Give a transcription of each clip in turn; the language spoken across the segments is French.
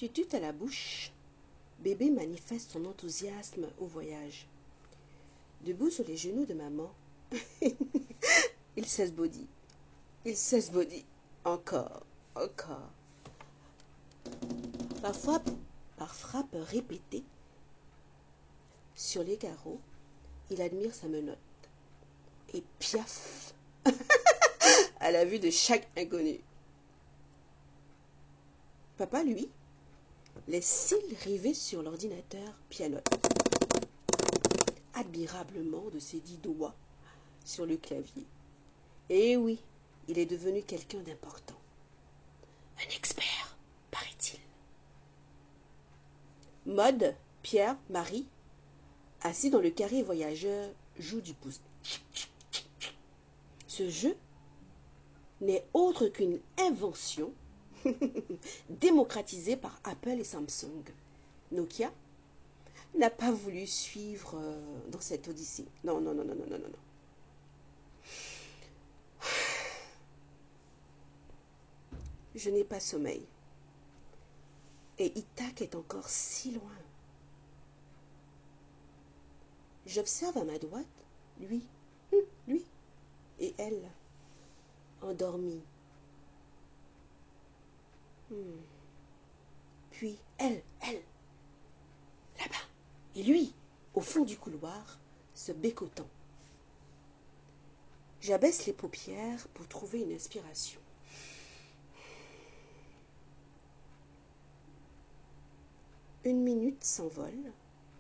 Tutut à la bouche, bébé manifeste son enthousiasme au voyage. Debout sur les genoux de maman, il s'esbaudit. Il s'esbaudit. Encore, encore. Parfois, par frappe répétée, sur les carreaux, il admire sa menotte. Et piaf à la vue de chaque inconnu. Papa, lui, les cils rivés sur l'ordinateur, pianote admirablement de ses 10 doigts sur le clavier. Et oui, il est devenu quelqu'un d'important. Un expert, paraît-il. Maude, Pierre, Marie, assis dans le carré voyageur, jouent du pouce. Ce jeu n'est autre qu'une invention démocratisée par Apple et Samsung. Nokia n'a pas voulu suivre dans cette odyssée. Non, non, non, non, non, non, non. Je n'ai pas sommeil. Et Ithac est encore si loin. J'observe à ma droite, lui, et elle, endormis. Puis elle, là-bas, et lui, au fond du couloir, se bécotant. J'abaisse les paupières pour trouver une inspiration. Une minute s'envole,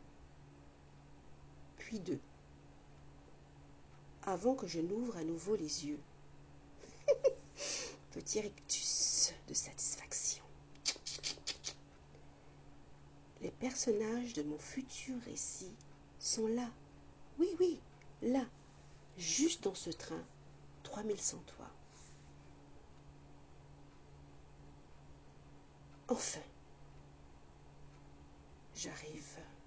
puis deux, avant que je n'ouvre à nouveau les yeux. Petit rictus de satisfaction. Les personnages de mon futur récit sont là. Oui, là, juste dans ce train, 3100 toits. Enfin, j'arrive